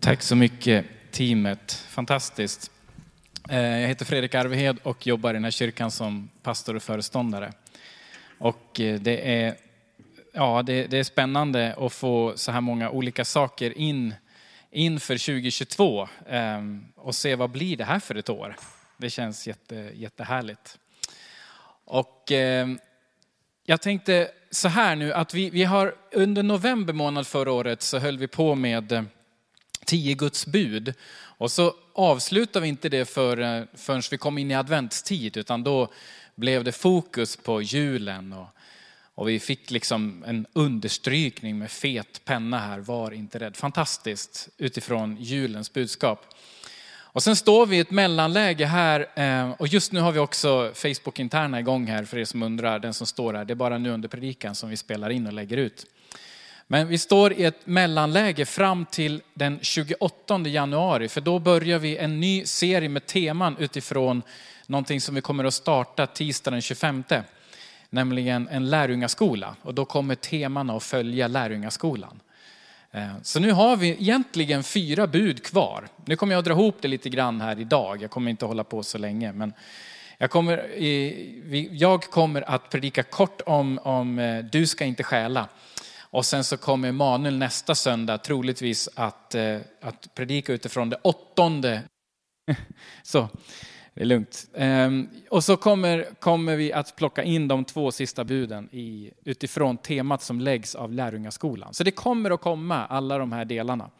Tack så mycket teamet, fantastiskt. Jag heter Fredrik Arvehed och jobbar i den här kyrkan som pastor och föreståndare. Och det är spännande att få så här många olika saker inför 2022 och se vad blir det här för ett år. Det känns jättehärligt. Och jag tänkte så här nu att vi har under november månad förra året så höll vi på med 10 Guds bud. Och så avslutar vi inte det förrän vi kom in i adventstid, utan då blev det fokus på julen och vi fick liksom en understrykning med fet penna här, var inte rädd. Fantastiskt utifrån julens budskap. Och sen står vi i ett mellanläge här och just nu har vi också Facebook interna igång här för er som undrar, den som står här. Det är bara nu under predikan som vi spelar in och lägger ut. Men vi står i ett mellanläge fram till den 28 januari. För då börjar vi en ny serie med teman utifrån någonting som vi kommer att starta tisdag den 25. Nämligen en lärjungaskola. Och då kommer teman att följa lärjungaskolan. Så nu har vi egentligen 4 bud kvar. Nu kommer jag att dra ihop det lite grann här idag. Jag kommer inte hålla på så länge. Men jag kommer att predika kort om du ska inte stjäla. Och sen så kommer Manuel nästa söndag troligtvis att predika utifrån det 8:e. Så, det är lugnt. Och så kommer vi att plocka in de 2 sista buden utifrån temat som läggs av lärjungaskolan. Så det kommer att komma alla de här delarna.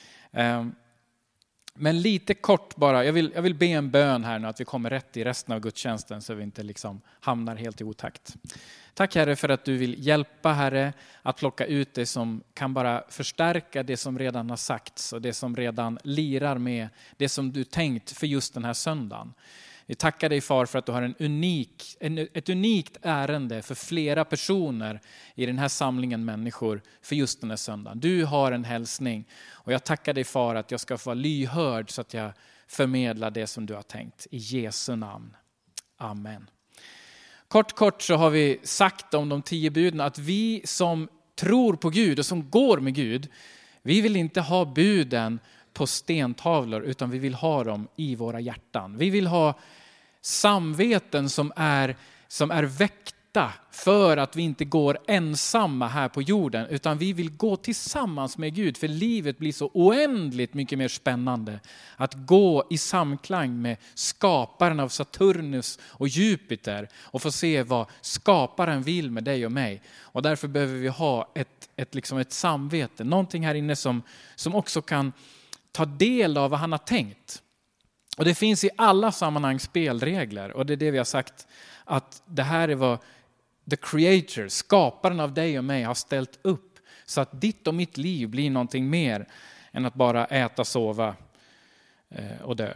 Men lite kort bara, jag vill be en bön här nu att vi kommer rätt i resten av gudstjänsten så vi inte liksom hamnar helt i otakt. Tack Herre för att du vill hjälpa Herre att plocka ut det som kan bara förstärka det som redan har sagts och det som redan lirar med det som du tänkt för just den här söndagen. Vi tackar dig far för att du har ett unikt ärende för flera personer i den här samlingen människor för just den här söndagen. Du har en hälsning och jag tackar dig far att jag ska få vara lyhörd så att jag förmedlar det som du har tänkt. I Jesu namn. Amen. Kort så har vi sagt om de 10 buden att vi som tror på Gud och som går med Gud, vi vill inte ha buden på stentavlor utan vi vill ha dem i våra hjärtan. Vi vill ha samveten som är väckta för att vi inte går ensamma här på jorden utan vi vill gå tillsammans med Gud för livet blir så oändligt mycket mer spännande att gå i samklang med skaparen av Saturnus och Jupiter och få se vad skaparen vill med dig och mig. Och därför behöver vi ha ett samvete, någonting här inne som också kan ta del av vad han har tänkt. Och det finns i alla sammanhang spelregler. Och det är det vi har sagt. Att det här är vad the creator, skaparen av dig och mig har ställt upp. Så att ditt och mitt liv blir någonting mer än att bara äta, sova och dö.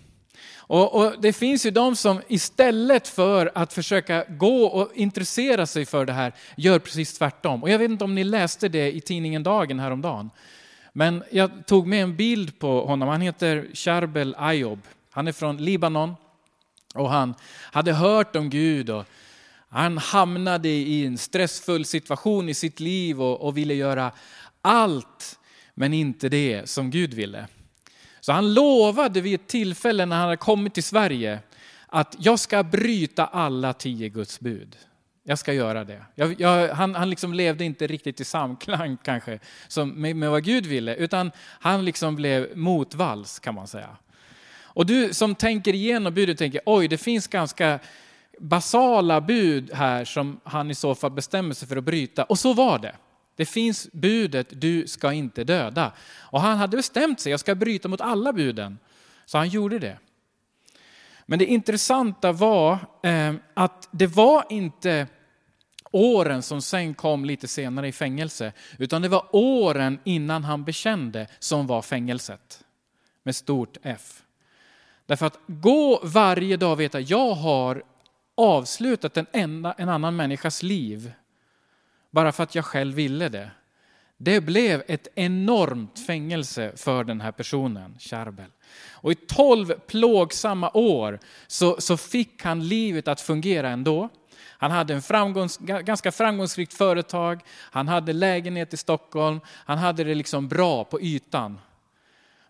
Och det finns ju de som istället för att försöka gå och intressera sig för det här gör precis tvärtom. Och jag vet inte om ni läste det i tidningen Dagen häromdagen. Men jag tog med en bild på honom. Han heter Charbel Ayoub. Han är från Libanon. Och han hade hört om Gud. Och han hamnade i en stressfull situation i sitt liv. Och ville göra allt. Men inte det som Gud ville. Så han lovade vid ett tillfälle när han hade kommit till Sverige. Att jag ska bryta alla 10 Guds bud. Jag ska göra det. Han liksom levde inte riktigt i samklang kanske med vad Gud ville. Utan han liksom blev motvalls kan man säga. Och du som tänker igenom budet tänker, oj det finns ganska basala bud här som han i så fall bestämmer sig för att bryta. Och så var det. Det finns budet, du ska inte döda. Och han hade bestämt sig, jag ska bryta mot alla buden. Så han gjorde det. Men det intressanta var att det var inte åren som sen kom lite senare i fängelse. Utan det var åren innan han bekände som var fängelset. Med stort F. Därför att gå varje dag och veta jag har avslutat en annan människas liv. Bara för att jag själv ville det. Det blev ett enormt fängelse för den här personen, Charbel. Och i 12 plågsamma år så fick han livet att fungera ändå. Han hade ganska framgångsrikt företag. Han hade lägenhet i Stockholm. Han hade det liksom bra på ytan.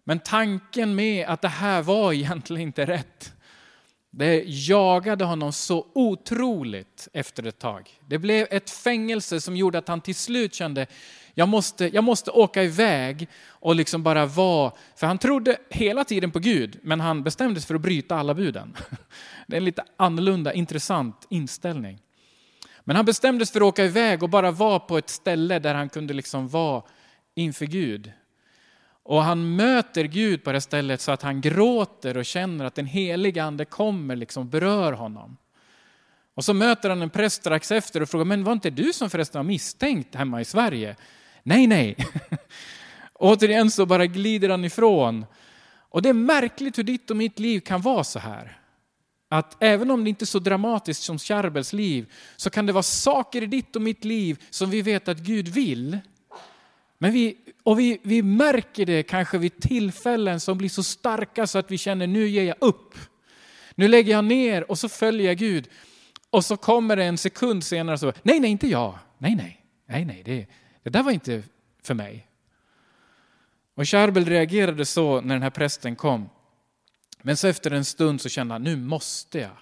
Men tanken med att det här var egentligen inte rätt, det jagade honom så otroligt efter ett tag. Det blev ett fängelse som gjorde att han till slut kände, jag måste åka iväg och liksom bara vara. För han trodde hela tiden på Gud, men han bestämde sig för att bryta alla buden. Det är en lite annorlunda, intressant inställning. Men han bestämde sig för att åka iväg och bara vara på ett ställe där han kunde liksom vara inför Gud. Och han möter Gud på det stället så att han gråter och känner att den heliga ande kommer liksom berör honom. Och så möter han en präst strax efter och frågar, men var inte du som förresten var misstänkt hemma i Sverige? Nej. Återigen så bara glider han ifrån. Och det är märkligt hur ditt och mitt liv kan vara så här. Att även om det inte är så dramatiskt som Charbels liv, så kan det vara saker i ditt och mitt liv som vi vet att Gud vill. Men vi märker det kanske vid tillfällen som blir så starka så att vi känner, nu ger jag upp. Nu lägger jag ner och så följer jag Gud. Och så kommer det en sekund senare så, nej, inte jag. Nej, det där var inte för mig. Och Charbel reagerade så när den här prästen kom. Men så efter en stund så kände han, nu måste jag.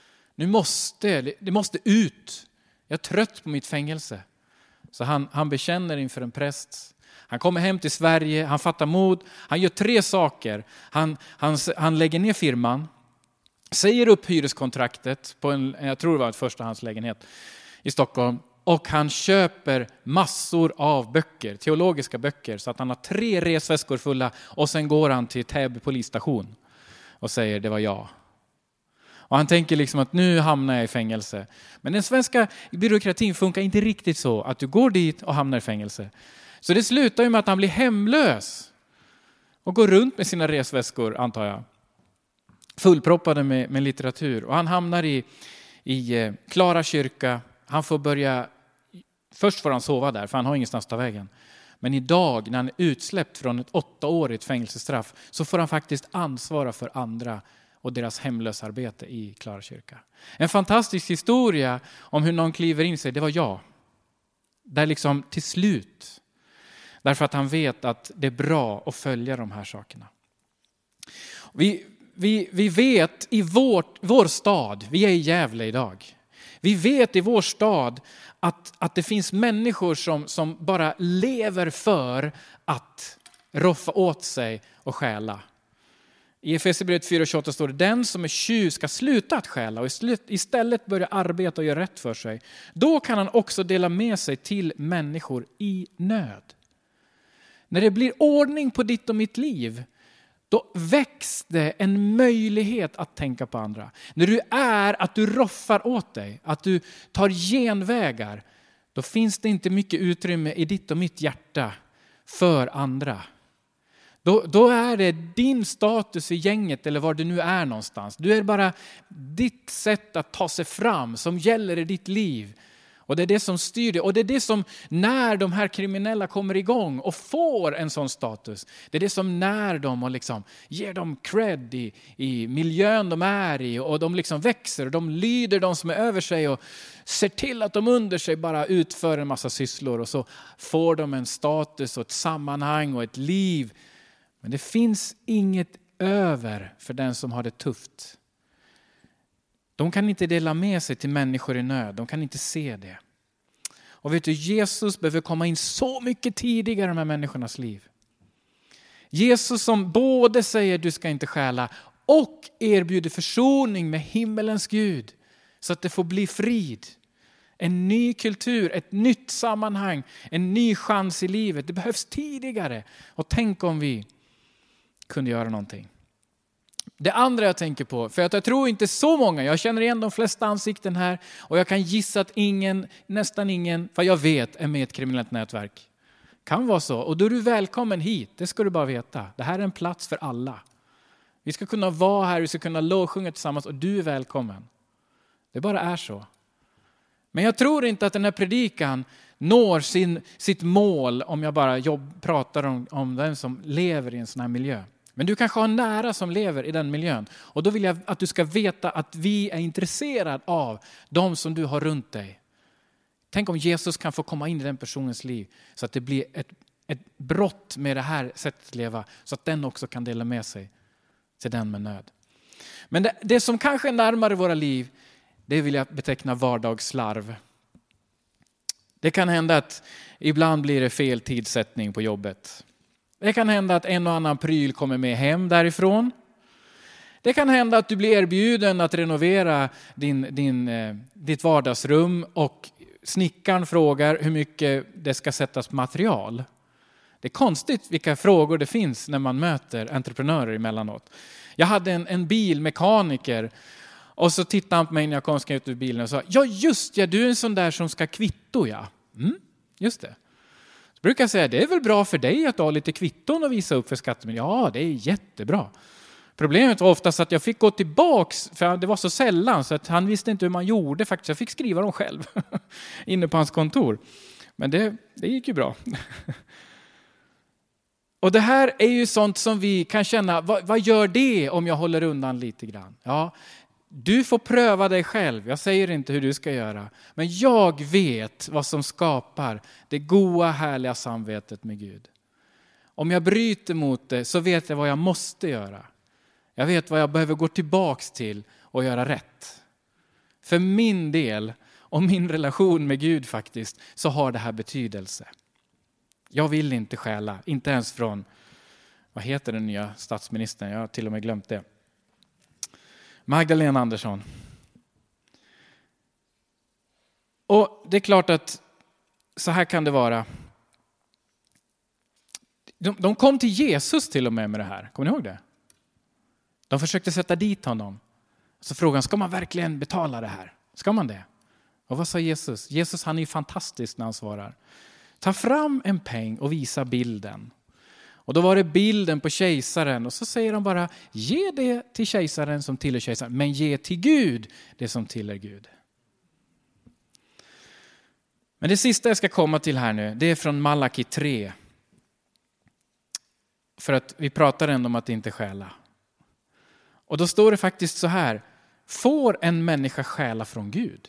Det måste ut. Jag är trött på mitt fängelse. Så han bekänner inför en präst. Han kommer hem till Sverige, han fattar mod. Han gör 3 saker. Han lägger ner firman. Säger upp hyreskontraktet på jag tror det var ett förstahandslägenhet i Stockholm. Och han köper massor av böcker, teologiska böcker. Så att han har 3 resväskor fulla. Och sen går han till Täby polisstation och säger, det var jag. Och han tänker liksom att nu hamnar jag i fängelse. Men den svenska byråkratin funkar inte riktigt så att du går dit och hamnar i fängelse. Så det slutar ju med att han blir hemlös. Och går runt med sina resväskor, antar jag. Fullproppade med litteratur. Och han hamnar i Klara kyrka. Han får först får han sova där för han har ingenstans att ta vägen. Men idag när han är utsläppt från ett 8-årigt fängelsestraff så får han faktiskt ansvara för andra och deras hemlösarbete i Klara kyrka. En fantastisk historia om hur någon kliver in sig, det var jag. Där liksom till slut. Därför att han vet att det är bra att följa de här sakerna. Vi vet i vår stad, vi är i Gävle idag. Vi vet i vår stad att det finns människor som bara lever för att roffa åt sig och stjäla. I Efesierbrevet 4:28 står det, den som är tjuv ska sluta att stjäla och istället börja arbeta och göra rätt för sig. Då kan han också dela med sig till människor i nöd. När det blir ordning på ditt och mitt liv, då väcks det en möjlighet att tänka på andra. När du att du roffar åt dig, att du tar genvägar, då finns det inte mycket utrymme i ditt och mitt hjärta för andra. Då är det din status i gänget eller var du nu är någonstans. Du är bara ditt sätt att ta sig fram som gäller i ditt liv. Och det är det som styr det. Och det är det som när de här kriminella kommer igång och får en sån status. Det är det som när dem och liksom ger dem cred i miljön de är i. Och de liksom växer och de lyder de som är över sig. Och ser till att de under sig bara utför en massa sysslor. Och så får de en status och ett sammanhang och ett liv. Men det finns inget över för den som har det tufft. De kan inte dela med sig till människor i nöd. De kan inte se det. Och vet du, Jesus behöver komma in så mycket tidigare i de här människornas liv. Jesus som både säger du ska inte stjäla och erbjuder försoning med himmelens Gud. Så att det får bli frid. En ny kultur, ett nytt sammanhang, en ny chans i livet. Det behövs tidigare. Och tänk om vi kunde göra någonting. Det andra jag tänker på, för att jag tror inte så många, jag känner igen de flesta ansikten här och jag kan gissa att nästan ingen, vad jag vet, är med i ett kriminellt nätverk. Kan vara så, och då är du välkommen hit, det ska du bara veta. Det här är en plats för alla. Vi ska kunna vara här, vi ska kunna lovsjunga tillsammans och du är välkommen. Det bara är så. Men jag tror inte att den här predikan når sitt mål om jag bara pratar om den som lever i en sån här miljö. Men du kanske har nära som lever i den miljön. Och då vill jag att du ska veta att vi är intresserade av de som du har runt dig. Tänk om Jesus kan få komma in i den personens liv så att det blir ett brott med det här sättet att leva så att den också kan dela med sig till den med nöd. Men det som kanske är närmare våra liv, det vill jag beteckna vardagsslarv. Det kan hända att ibland blir det fel tidsättning på jobbet. Det kan hända att en och annan pryl kommer med hem därifrån. Det kan hända att du blir erbjuden att renovera ditt vardagsrum och snickaren frågar hur mycket det ska sättas material. Det är konstigt vilka frågor det finns när man möter entreprenörer emellanåt. Jag hade en bilmekaniker och så tittade han på mig när jag kom ut ur bilen och sa: ja just ja, du är en sån där som ska kvitto, ja. Just det. Så brukar jag säga, det är väl bra för dig att ha lite kvitton och visa upp för skattemyndigheten. Ja, det är jättebra. Problemet var oftast att jag fick gå tillbaks, för det var så sällan så att han visste inte hur man gjorde faktiskt. Jag fick skriva dem själv inne på hans kontor. Men det gick ju bra. Och det här är ju sånt som vi kan känna, vad gör det om jag håller undan lite grann? Ja, du får pröva dig själv. Jag säger inte hur du ska göra. Men jag vet vad som skapar det goda, härliga samvetet med Gud. Om jag bryter mot det så vet jag vad jag måste göra. Jag vet vad jag behöver gå tillbaks till och göra rätt. För min del och min relation med Gud faktiskt så har det här betydelse. Jag vill inte stjäla, inte ens från, vad heter den nya statsministern? Jag har till och med glömt det. Magdalena Andersson. Och det är klart att så här kan det vara. De kom till Jesus till och med det här. Kommer ni ihåg det? De försökte sätta dit honom. Så frågan, ska man verkligen betala det här? Ska man det? Och vad sa Jesus? Jesus, han är ju fantastisk när han svarar. Ta fram en peng och visa bilden. Och då var det bilden på kejsaren. Och så säger han bara, ge det till kejsaren som tillhör kejsaren. Men ge till Gud det som tillhör Gud. Men det sista jag ska komma till här nu, det är från Malaki 3. För att vi pratar ändå om att inte stjäla. Och då står det faktiskt så här. Får en människa stjäla från Gud?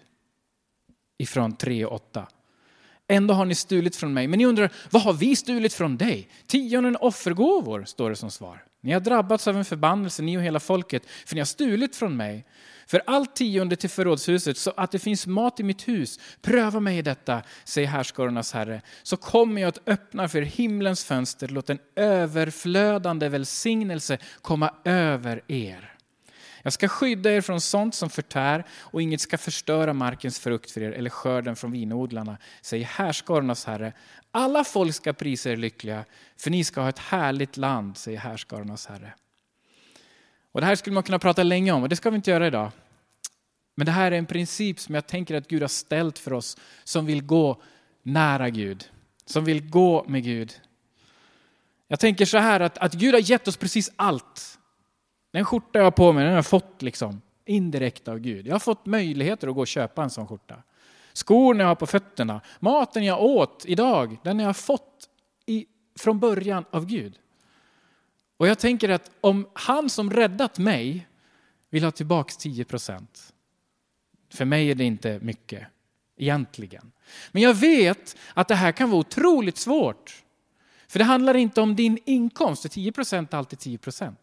Ifrån 3:8. Ändå har ni stulit från mig. Men ni undrar, vad har vi stulit från dig? 10 offergåvor, står det som svar. Ni har drabbats av en förbannelse, ni och hela folket, för ni har stulit från mig. För allt 10 till förrådshuset, så att det finns mat i mitt hus. Pröva mig i detta, säger härskarornas Herre. Så kommer jag att öppna för himlens fönster. Låt en överflödande välsignelse komma över er. Jag ska skydda er från sånt som förtär och inget ska förstöra markens frukt för er eller skörden från vinodlarna, säger härskarornas Herre. Alla folk ska prisa er lyckliga, för ni ska ha ett härligt land, säger härskarornas Herre. Och det här skulle man kunna prata länge om och det ska vi inte göra idag. Men det här är en princip som jag tänker att Gud har ställt för oss som vill gå nära Gud, som vill gå med Gud. Jag tänker så här att Gud har gett oss precis allt. Den skjorta jag har på mig, den har jag fått liksom indirekt av Gud. Jag har fått möjligheter att gå och köpa en sån skjorta. Skorna jag har på fötterna, maten jag åt idag, den har jag fått från början av Gud. Och jag tänker att om han som räddat mig vill ha tillbaks 10%. För mig är det inte mycket egentligen. Men jag vet att det här kan vara otroligt svårt. För det handlar inte om din inkomst, 10% är alltid 10%.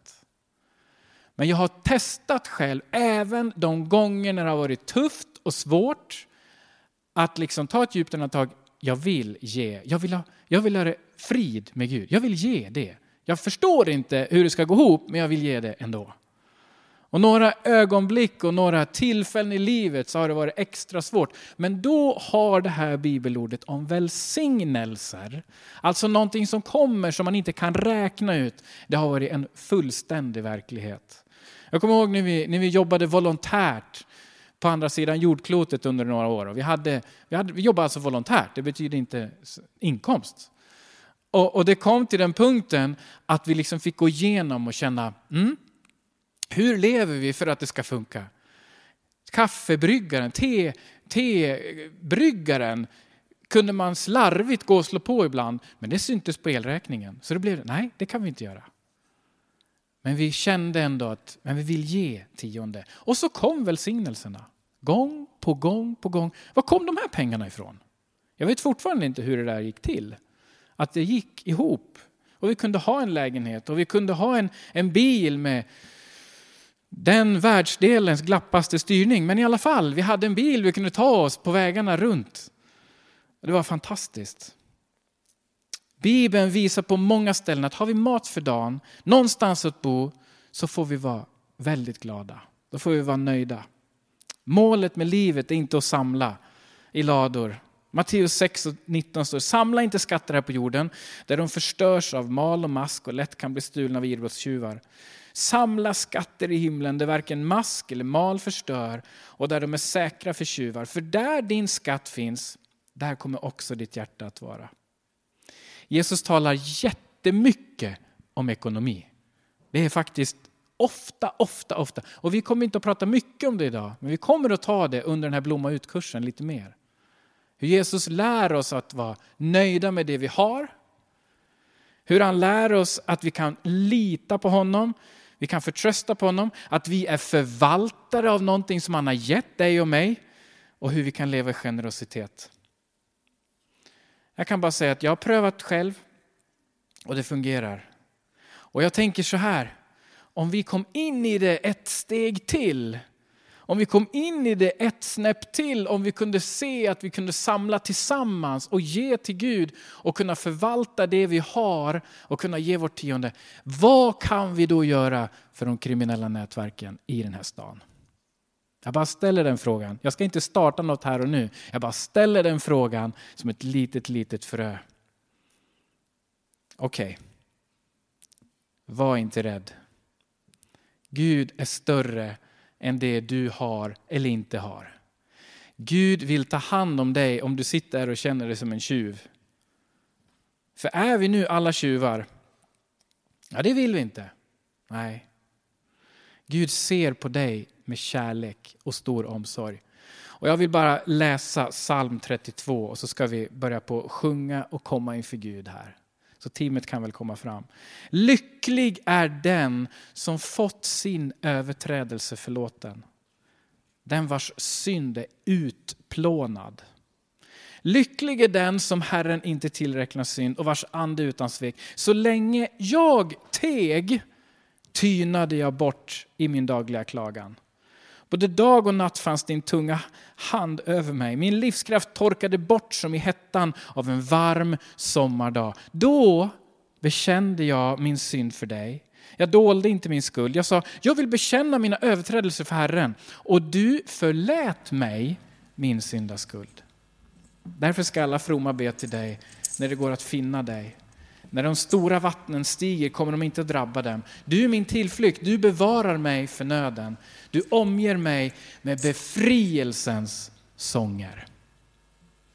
Men jag har testat själv, även de gånger när det har varit tufft och svårt, att liksom ta ett djupt andetag. Jag vill ge, jag vill ha det frid med Gud. Jag vill ge det. Jag förstår inte hur det ska gå ihop, men jag vill ge det ändå. Och några ögonblick och några tillfällen i livet så har det varit extra svårt. Men då har det här bibelordet om välsignelser, alltså någonting som kommer som man inte kan räkna ut, det har varit en fullständig verklighet. Jag kommer ihåg när vi jobbade volontärt på andra sidan jordklotet under några år. Och vi jobbade alltså volontärt, det betyder inte inkomst. Och det kom till den punkten att vi liksom fick gå igenom och känna, hur lever vi för att det ska funka? Kaffebryggaren, tebryggaren kunde man slarvigt gå och slå på ibland, men det syntes på elräkningen. Så det blev, nej, det kan vi inte göra. Men vi kände ändå att vi vill ge 10. Och så kom välsignelserna. Gång på gång på gång. Var kom de här pengarna ifrån? Jag vet fortfarande inte hur det där gick till. att det gick ihop. Och vi kunde ha en lägenhet och vi kunde ha en bil med den världsdelens glappaste styrning. Men i alla fall, vi hade en bil vi kunde ta oss på vägarna runt. Det var fantastiskt. Bibeln visar på många ställen att har vi mat för dagen, någonstans att bo, så får vi vara väldigt glada. Då får vi vara nöjda. Målet med livet är inte att samla i lador. Matteus 6:19 står: samla inte skatter här på jorden, där de förstörs av mal och mask och lätt kan bli stulna av irrbåtstjuvar. Samla skatter i himlen där varken mask eller mal förstör och där de är säkra för tjuvar. För där din skatt finns, där kommer också ditt hjärta att vara. Jesus talar jättemycket om ekonomi. Det är faktiskt ofta. Och vi kommer inte att prata mycket om det idag, men vi kommer att ta det under den här blomma ut-kursen lite mer. Hur Jesus lär oss att vara nöjda med det vi har. Hur han lär oss att vi kan lita på honom. Vi kan förtrösta på honom. Att vi är förvaltare av någonting som han har gett dig och mig. Och hur vi kan leva i generositet. Jag kan bara säga att jag har prövat själv. Och det fungerar. Och jag tänker så här. Om vi kom in i det ett steg till. Om vi kom in i det ett snäpp till, om vi kunde se att vi kunde samla tillsammans och ge till Gud och kunna förvalta det vi har och kunna ge vårt tionde. Vad kan vi då göra för de kriminella nätverken i den här stan? Jag bara ställer den frågan. Jag ska inte starta något här och nu. Jag bara ställer den frågan som ett litet frö. Okej. Var inte rädd. Gud är större än det du har eller inte har. Gud vill ta hand om dig om du sitter där och känner dig som en tjuv. För är vi nu alla tjuvar? Ja, det vill vi inte. Nej. Gud ser på dig med kärlek och stor omsorg. Och jag vill bara läsa psalm 32 och så ska vi börja på sjunga och komma inför Gud här. Så teamet kan väl komma fram. Lycklig är den som fått sin överträdelse förlåten. Den vars synd är utplånad. Lycklig är den som Herren inte tillräknar synd och vars ande utan svek. Så länge jag teg tynade jag bort i min dagliga klagan. Både dag och natt fanns din tunga hand över mig. Min livskraft torkade bort som i hettan av en varm sommardag. Då bekände jag min synd för dig. Jag dolde inte min skuld. Jag sa, jag vill bekänna mina överträdelser för Herren. Och du förlät mig min syndaskuld. Därför ska alla fromma be till dig när det går att finna dig. När de stora vattnen stiger kommer de inte att drabba dem. Du är min tillflykt, du bevarar mig för nöden. Du omger mig med befrielsens sånger.